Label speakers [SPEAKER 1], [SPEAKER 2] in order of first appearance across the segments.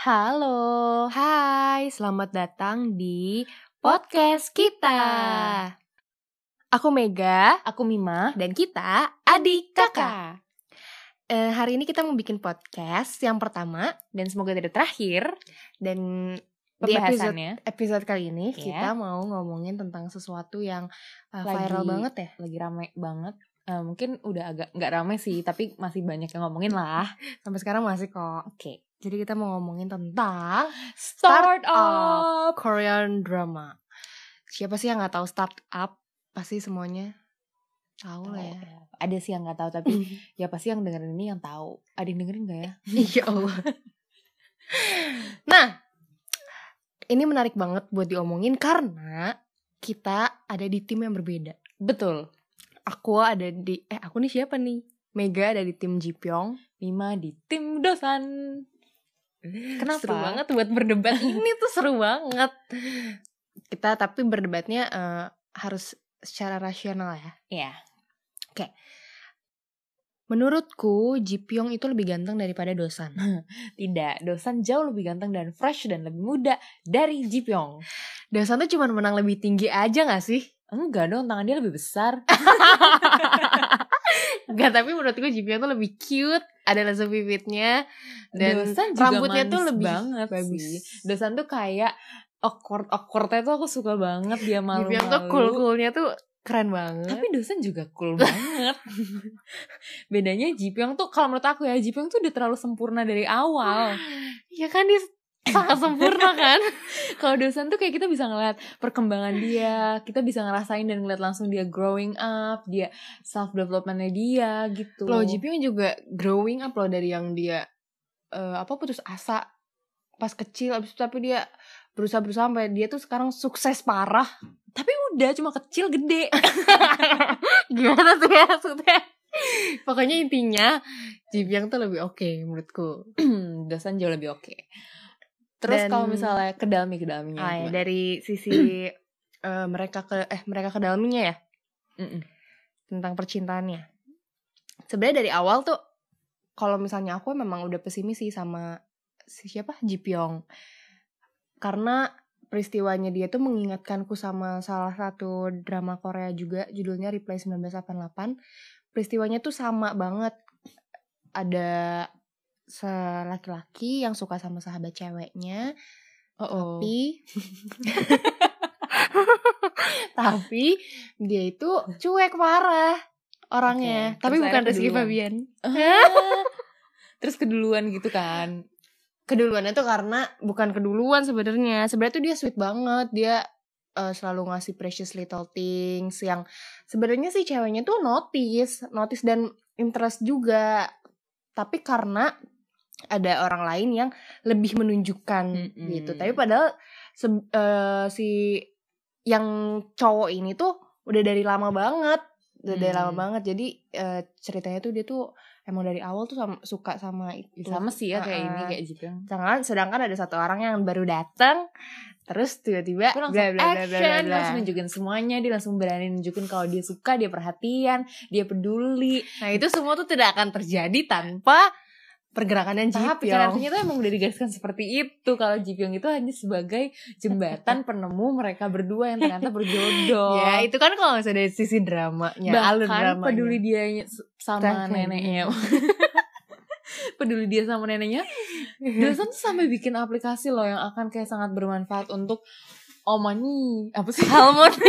[SPEAKER 1] Halo,
[SPEAKER 2] Hai, selamat datang di podcast kita. Aku Mega,
[SPEAKER 1] aku Mima
[SPEAKER 2] dan kita adik kakak. Hari ini kita mau bikin podcast yang pertama
[SPEAKER 1] dan semoga tidak terakhir.
[SPEAKER 2] dan di
[SPEAKER 1] Pembahasannya
[SPEAKER 2] episode kali ini
[SPEAKER 1] Ya.
[SPEAKER 2] kita mau ngomongin tentang sesuatu yang viral banget ya.
[SPEAKER 1] lagi rame banget. Mungkin udah agak nggak rame sih, tapi masih banyak yang ngomongin lah.
[SPEAKER 2] Sampai sekarang masih kok.
[SPEAKER 1] Oke,
[SPEAKER 2] Jadi kita mau ngomongin tentang
[SPEAKER 1] Startup.
[SPEAKER 2] Korean drama. Siapa sih yang nggak tahu startup? Pasti semuanya tahu lah ya.
[SPEAKER 1] Ada sih yang nggak tahu, tapi ya pasti yang dengerin ini yang tahu. Ada yang dengerin nggak ya?
[SPEAKER 2] Ya Allah. Nah, ini menarik banget buat diomongin karena kita ada di tim yang berbeda.
[SPEAKER 1] Betul.
[SPEAKER 2] Aku nih siapa nih? Mega ada di tim Jipyong.
[SPEAKER 1] Mima di tim Dosan. Kenapa?
[SPEAKER 2] Seru banget buat berdebat. Ini tuh seru banget. Kita tapi berdebatnya harus secara rasional ya.
[SPEAKER 1] Iya.
[SPEAKER 2] Menurutku Jipyong itu lebih ganteng daripada Dosan.
[SPEAKER 1] Tidak, Dosan jauh lebih ganteng dan fresh dan lebih muda dari Jipyong.
[SPEAKER 2] Dosan tuh cuma menang lebih tinggi aja gak sih?
[SPEAKER 1] Enggak dong, tangan dia lebih besar.
[SPEAKER 2] Enggak, tapi menurutku Jipyong tuh lebih cute. Ada langsung bibitnya. Dan
[SPEAKER 1] Dosan juga
[SPEAKER 2] rambutnya tuh
[SPEAKER 1] manis
[SPEAKER 2] lebih
[SPEAKER 1] banget
[SPEAKER 2] bagus.
[SPEAKER 1] sih. Dosan tuh kayak awkwardnya tuh aku suka banget. Dia malu-malu.
[SPEAKER 2] Jipyong tuh cool-coolnya tuh keren banget.
[SPEAKER 1] Tapi Dosan juga cool banget. Bedanya Jipyong tuh, kalau menurut aku ya, Jipyong tuh udah terlalu sempurna dari awal.
[SPEAKER 2] Ya kan dia sangat sempurna kan.
[SPEAKER 1] Kalau Dosan tuh kayak kita bisa ngeliat perkembangan dia, kita bisa ngerasain dan ngeliat langsung dia growing up, dia self developmentnya dia gitu.
[SPEAKER 2] Loh Jipyong juga growing up loh dari yang dia putus asa pas kecil, abis itu tapi dia berusaha sampai dia tuh sekarang sukses parah.
[SPEAKER 1] Tapi udah cuma kecil gede.
[SPEAKER 2] Gimana tuh ya maksudnya? Pokoknya intinya Jipyong tuh lebih oke menurutku.
[SPEAKER 1] Dosan jauh lebih oke. Terus kalau misalnya kedalaminya
[SPEAKER 2] dari sisi mereka kedalaminya ya. Tentang percintaannya. Sebenarnya dari awal tuh kalau misalnya aku memang udah pesimis sih sama Jipyong. Karena peristiwanya dia tuh mengingatkanku sama salah satu drama Korea juga, judulnya Reply 1988. Peristiwanya tuh sama banget. Ada laki-laki yang suka sama sahabat ceweknya. Tapi dia itu cuek parah orangnya. Tapi bukan Rizky Fabian.
[SPEAKER 1] Terus keduluan gitu kan.
[SPEAKER 2] Keduluannya tuh karena bukan keduluan sebenarnya. Sebenarnya tuh dia sweet banget. Dia selalu ngasih precious little things yang sebenarnya sih ceweknya tuh notice dan interest juga. Tapi karena ada orang lain yang lebih menunjukkan gitu. Tapi padahal si yang cowok ini tuh udah dari lama banget. Jadi ceritanya tuh dia tuh emang dari awal tuh suka sama itu.
[SPEAKER 1] Sama sih ya kayak ini, kayak Jipyong.
[SPEAKER 2] Sedangkan ada satu orang yang baru datang, terus tiba-tiba
[SPEAKER 1] action, langsung nunjukin semuanya. Dia langsung berani nunjukin kalau dia suka, dia perhatian, dia peduli.
[SPEAKER 2] Nah itu semua tuh tidak akan terjadi tanpa pergerakannya Jipyong.
[SPEAKER 1] Tapi kan artinya tuh emang udah digariskan seperti itu. Kalau Jipyong itu hanya sebagai jembatan penemu mereka berdua yang ternyata berjodoh.
[SPEAKER 2] Ya itu kan kalau misalnya dari sisi dramanya, alur dramanya.
[SPEAKER 1] Bahkan peduli dia sama neneknya. Peduli dia sama neneknya. Dosan tuh sampai bikin aplikasi loh yang akan kayak sangat bermanfaat untuk Omani. Apa sih?
[SPEAKER 2] Harmoni.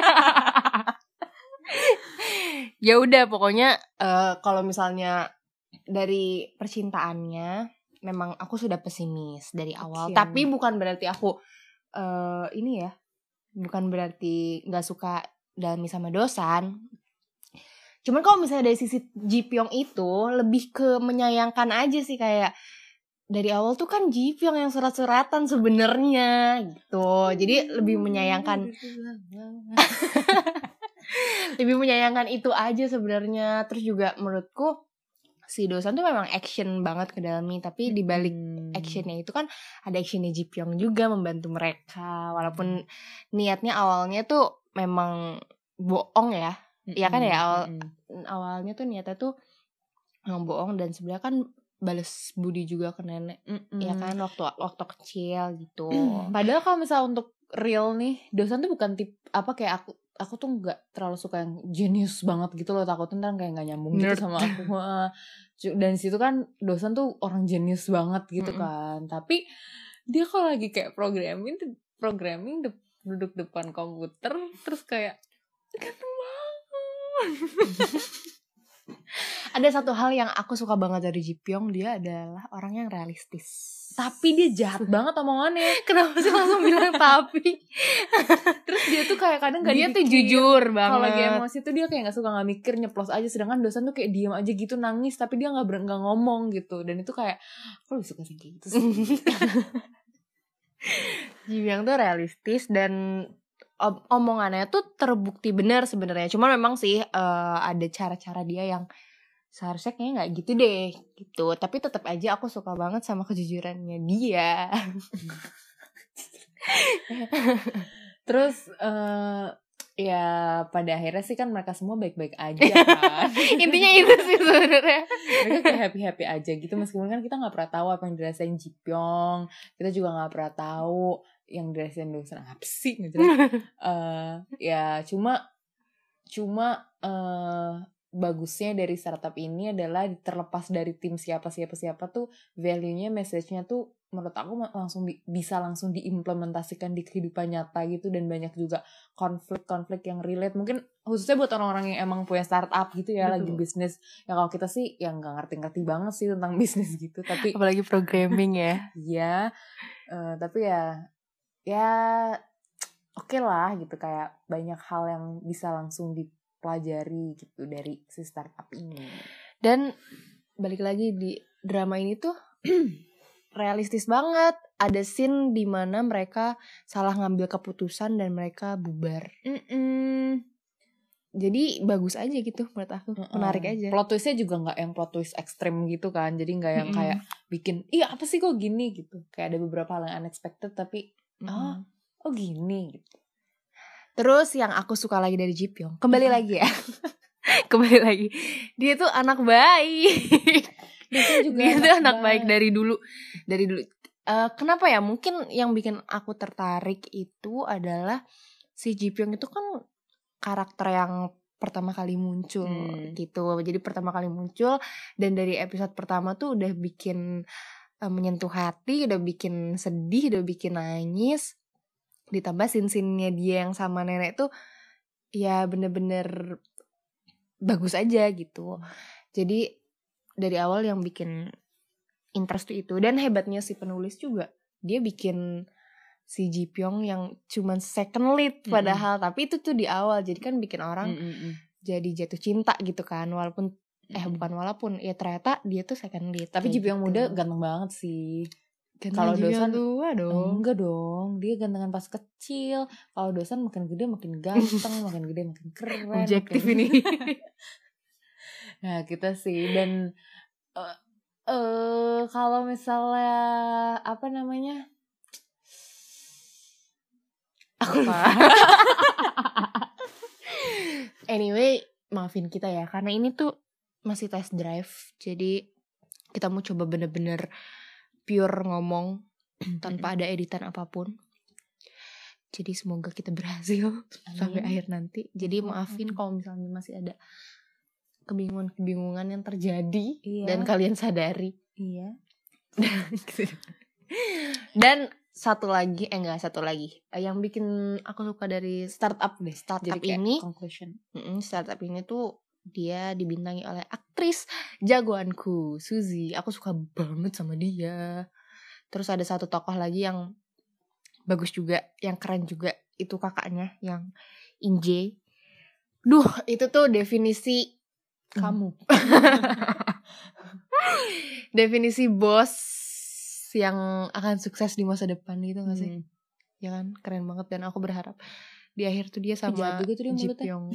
[SPEAKER 2] Ya udah pokoknya kalau misalnya dari percintaannya memang aku sudah pesimis dari awal. Tapi bukan berarti aku bukan berarti nggak suka dalami sama Dosan. Cuman kalau misalnya dari sisi Jipyong itu lebih ke menyayangkan aja sih, kayak dari awal tuh kan Jipyong yang surat-suratan sebenarnya gitu. Jadi lebih menyayangkan itu aja sebenarnya. Terus juga menurutku si Dosan tuh memang action banget ke dalami, tapi di balik actionnya itu kan ada actionnya Jipyong juga membantu mereka, walaupun niatnya awalnya tuh memang bohong ya. Iya kan ya awalnya tuh niatnya tuh memang bohong, dan sebenarnya kan bales budi juga ke nenek. Ya kan waktu kecil gitu.
[SPEAKER 1] Padahal kalau misalnya untuk real nih, dosen tuh bukan tip apa kayak aku tuh nggak terlalu suka yang genius banget gitu loh, takutnya ntar kayak nggak nyambung gitu sama aku. Dan situ kan dosen tuh orang genius banget gitu kan, tapi dia kalau lagi kayak programming duduk depan komputer terus kayak ganteng banget.
[SPEAKER 2] Ada satu hal yang aku suka banget dari Ji Pyong, dia adalah orang yang realistis.
[SPEAKER 1] Tapi dia jahat banget omongannya.
[SPEAKER 2] Kenapa sih langsung bilang tapi?
[SPEAKER 1] Terus dia tuh kayak kadang gak
[SPEAKER 2] dia tuh jujur banget.
[SPEAKER 1] Kalau lagi emosi tuh dia kayak gak suka gak mikir, nyeplos aja. Sedangkan dosen tuh kayak diem aja gitu, nangis tapi dia gak ngomong gitu. Dan itu kayak, aku lebih suka sih kayak gitu sih.
[SPEAKER 2] Ji Pyong tuh realistis dan omongannya tuh terbukti benar sebenarnya. Cuma memang sih ada cara-cara dia yang seharusnya kayaknya nggak gitu deh gitu. Tapi tetap aja aku suka banget sama kejujurannya dia.
[SPEAKER 1] Terus ya pada akhirnya sih kan mereka semua baik-baik aja kan.
[SPEAKER 2] Intinya itu sih sebenarnya.
[SPEAKER 1] Mereka kayak happy-happy aja gitu, meskipun kan kita nggak pernah tahu apa yang dirasain Ji Pyong. Kita juga nggak pernah tahu yang dirasain dosen apa sih gitu. Ya cuma bagusnya dari startup ini adalah terlepas dari tim siapa tuh value-nya, message-nya tuh menurut aku langsung bisa langsung diimplementasikan di kehidupan nyata gitu. Dan banyak juga konflik yang relate, mungkin khususnya buat orang-orang yang emang punya startup gitu ya. Betul. Lagi bisnis ya. Kalau kita sih yang nggak ngerti banget sih tentang bisnis gitu, tapi
[SPEAKER 2] apalagi programming ya.
[SPEAKER 1] Iya, tapi ya oke lah gitu, kayak banyak hal yang bisa langsung pelajari gitu dari si startup ini.
[SPEAKER 2] Dan balik lagi di drama ini tuh realistis banget. Ada scene di mana mereka salah ngambil keputusan dan mereka bubar. Jadi bagus aja gitu menurut aku. Menarik aja.
[SPEAKER 1] Plot twistnya juga nggak yang plot twist ekstrim gitu kan. Jadi nggak yang kayak bikin iya apa sih kok gini gitu. Kayak ada beberapa hal yang unexpected tapi oh gini gitu.
[SPEAKER 2] Terus yang aku suka lagi dari Ji Pyong, kembali lagi ya. Kembali lagi. Dia tuh anak baik. Dia tuh anak baik dari dulu. Kenapa ya? Mungkin yang bikin aku tertarik itu adalah si Ji Pyong itu kan karakter yang pertama kali muncul gitu. Jadi pertama kali muncul dan dari episode pertama tuh udah bikin menyentuh hati, udah bikin sedih, udah bikin nangis. Ditambah scene-nya dia yang sama nenek tuh ya bener-bener bagus aja gitu. Jadi dari awal yang bikin interest itu. Dan hebatnya si penulis juga, dia bikin si Ji Pyong yang cuman second lead padahal, tapi itu tuh di awal. Jadi kan bikin orang jadi jatuh cinta gitu kan. Walaupun bukan walaupun ya ternyata dia tuh second lead.
[SPEAKER 1] Tapi Ji Pyong muda ganteng banget sih. Kalau dosen
[SPEAKER 2] tua dong.
[SPEAKER 1] Enggak dong, dia gantengan pas kecil. Kalau dosen makin gede makin ganteng, makin gede makin keren.
[SPEAKER 2] Objektif ini.
[SPEAKER 1] Nah kita sih. Dan kalau misalnya apa namanya,
[SPEAKER 2] aku lupa. Anyway, maafin kita ya karena ini tuh masih test drive. Jadi kita mau coba bener-bener pure ngomong tanpa ada editan apapun. Jadi semoga kita berhasil sampai akhir nanti. Jadi maafin kalau misalnya masih ada kebingungan yang terjadi dan kalian sadari.
[SPEAKER 1] Iya.
[SPEAKER 2] Dan satu lagi yang bikin aku suka dari startup ini.
[SPEAKER 1] Conclusion.
[SPEAKER 2] Startup ini tuh dia dibintangi oleh aktris jagoanku, Suzy. Aku suka banget sama dia. Terus ada satu tokoh lagi yang bagus juga, yang keren juga. Itu kakaknya yang Inje. Duh, itu tuh definisi
[SPEAKER 1] kamu.
[SPEAKER 2] Definisi bos yang akan sukses di masa depan gitu gak sih? Ya kan, keren banget. Dan aku berharap di akhir tuh dia sama Ji Pyong.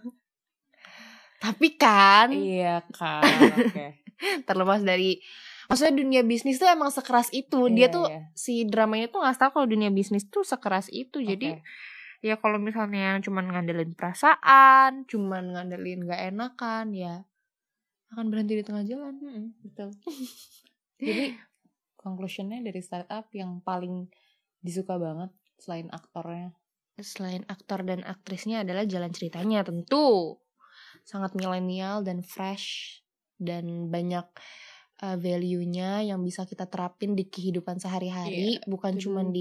[SPEAKER 2] Tapi kan
[SPEAKER 1] iya kan, oke.
[SPEAKER 2] Terlepas dari, maksudnya dunia bisnis tuh emang sekeras itu. Dia tuh si dramanya tuh nggak tahu kalau dunia bisnis tuh sekeras itu. Jadi ya kalau misalnya cuman ngandelin perasaan, cuman ngandelin nggak enakan, ya akan berhenti di tengah jalan.
[SPEAKER 1] Betul. Jadi conclusionnya dari startup yang paling disuka banget selain aktornya,
[SPEAKER 2] selain aktor dan aktrisnya adalah jalan ceritanya, tentu sangat milenial dan fresh dan banyak value-nya yang bisa kita terapin di kehidupan sehari-hari, bukan cuman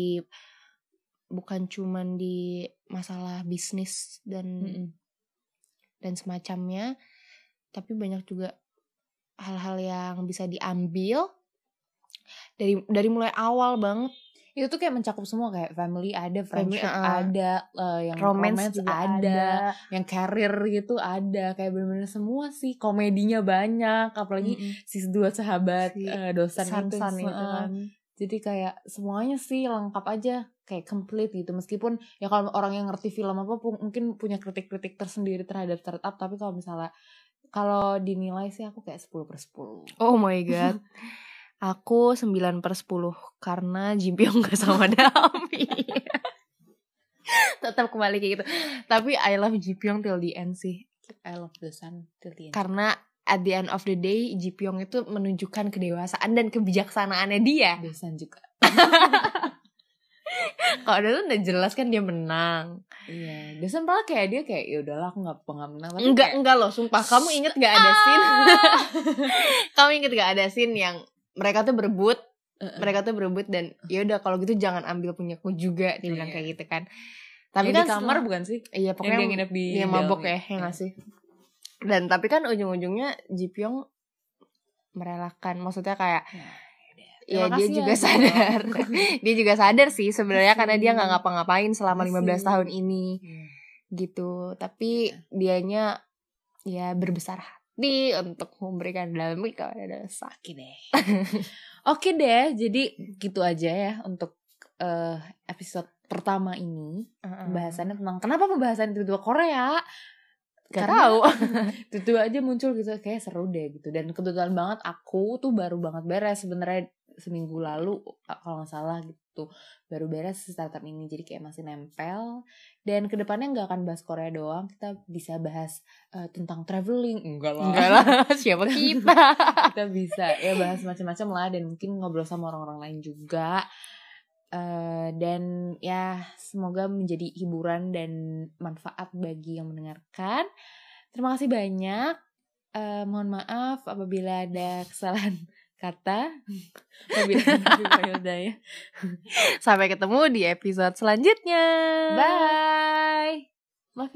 [SPEAKER 2] di masalah bisnis dan semacamnya, tapi banyak juga hal-hal yang bisa diambil dari mulai awal banget.
[SPEAKER 1] Itu tuh kayak mencakup semua, kayak family ada, friendship ada, yang
[SPEAKER 2] romance
[SPEAKER 1] ada, yang career gitu ada, kayak bener-bener semua sih. Komedinya banyak, apalagi si dua sahabat dosen itu kan. Jadi kayak semuanya sih lengkap aja, kayak complete gitu. Meskipun ya kalau orang yang ngerti film apa mungkin punya kritik-kritik tersendiri terhadap startup, tapi kalau dinilai sih aku kayak 10/10.
[SPEAKER 2] Oh my god. Aku 9/10 karena Ji Pyong gak sama Dami. Tetap kembali kayak gitu. Tapi I love Ji Pyong till the end sih.
[SPEAKER 1] I love the sun till the end.
[SPEAKER 2] Karena at the end of the day Ji Pyong itu menunjukkan kedewasaan dan kebijaksanaannya dia.
[SPEAKER 1] Dosan juga.
[SPEAKER 2] Kalau dulu udah jelas kan dia menang.
[SPEAKER 1] Iya, Dosan malah kayak dia kayak ya udahlah aku nggak menang. Tapi
[SPEAKER 2] enggak loh, sumpah. Kamu inget gak ada scene? Kamu inget gak ada scene yang mereka tuh berebut dan ya udah kalau gitu jangan ambil punyaku juga, dia bilang kayak gitu kan. Tapi kan
[SPEAKER 1] di kamar bukan sih?
[SPEAKER 2] Iya, pokoknya
[SPEAKER 1] dia nginep di
[SPEAKER 2] mabok ya nggak sih. Dan tapi kan ujung-ujungnya Ji Pyong merelakan, maksudnya kayak ya dia juga sadar. Dia juga sadar sih sebenarnya karena dia nggak ngapa-ngapain selama 15 tahun ini gitu. Tapi dianya ya berbesar hati untuk memberikan Dami kepada Saki deh.
[SPEAKER 1] Oke deh, jadi gitu aja ya untuk episode pertama ini. Pembahasannya tentang kenapa pembahasan tiba-tiba Korea.
[SPEAKER 2] Gak tahu.
[SPEAKER 1] Tiba-tiba aja muncul gitu, kayak seru deh gitu. Dan kebetulan banget aku tuh baru banget beres sebenarnya seminggu lalu kalau nggak salah gitu, baru beres startup ini, jadi kayak masih nempel. Dan kedepannya nggak akan bahas Korea doang, kita bisa bahas tentang traveling. Enggak lah
[SPEAKER 2] siapa kita.
[SPEAKER 1] Kita bisa ya bahas macam-macam lah, dan mungkin ngobrol sama orang-orang lain juga. Dan ya semoga menjadi hiburan dan manfaat bagi yang mendengarkan. Terima kasih banyak. Mohon maaf apabila ada kesalahan kata.
[SPEAKER 2] Sampai ketemu di episode selanjutnya.
[SPEAKER 1] Bye.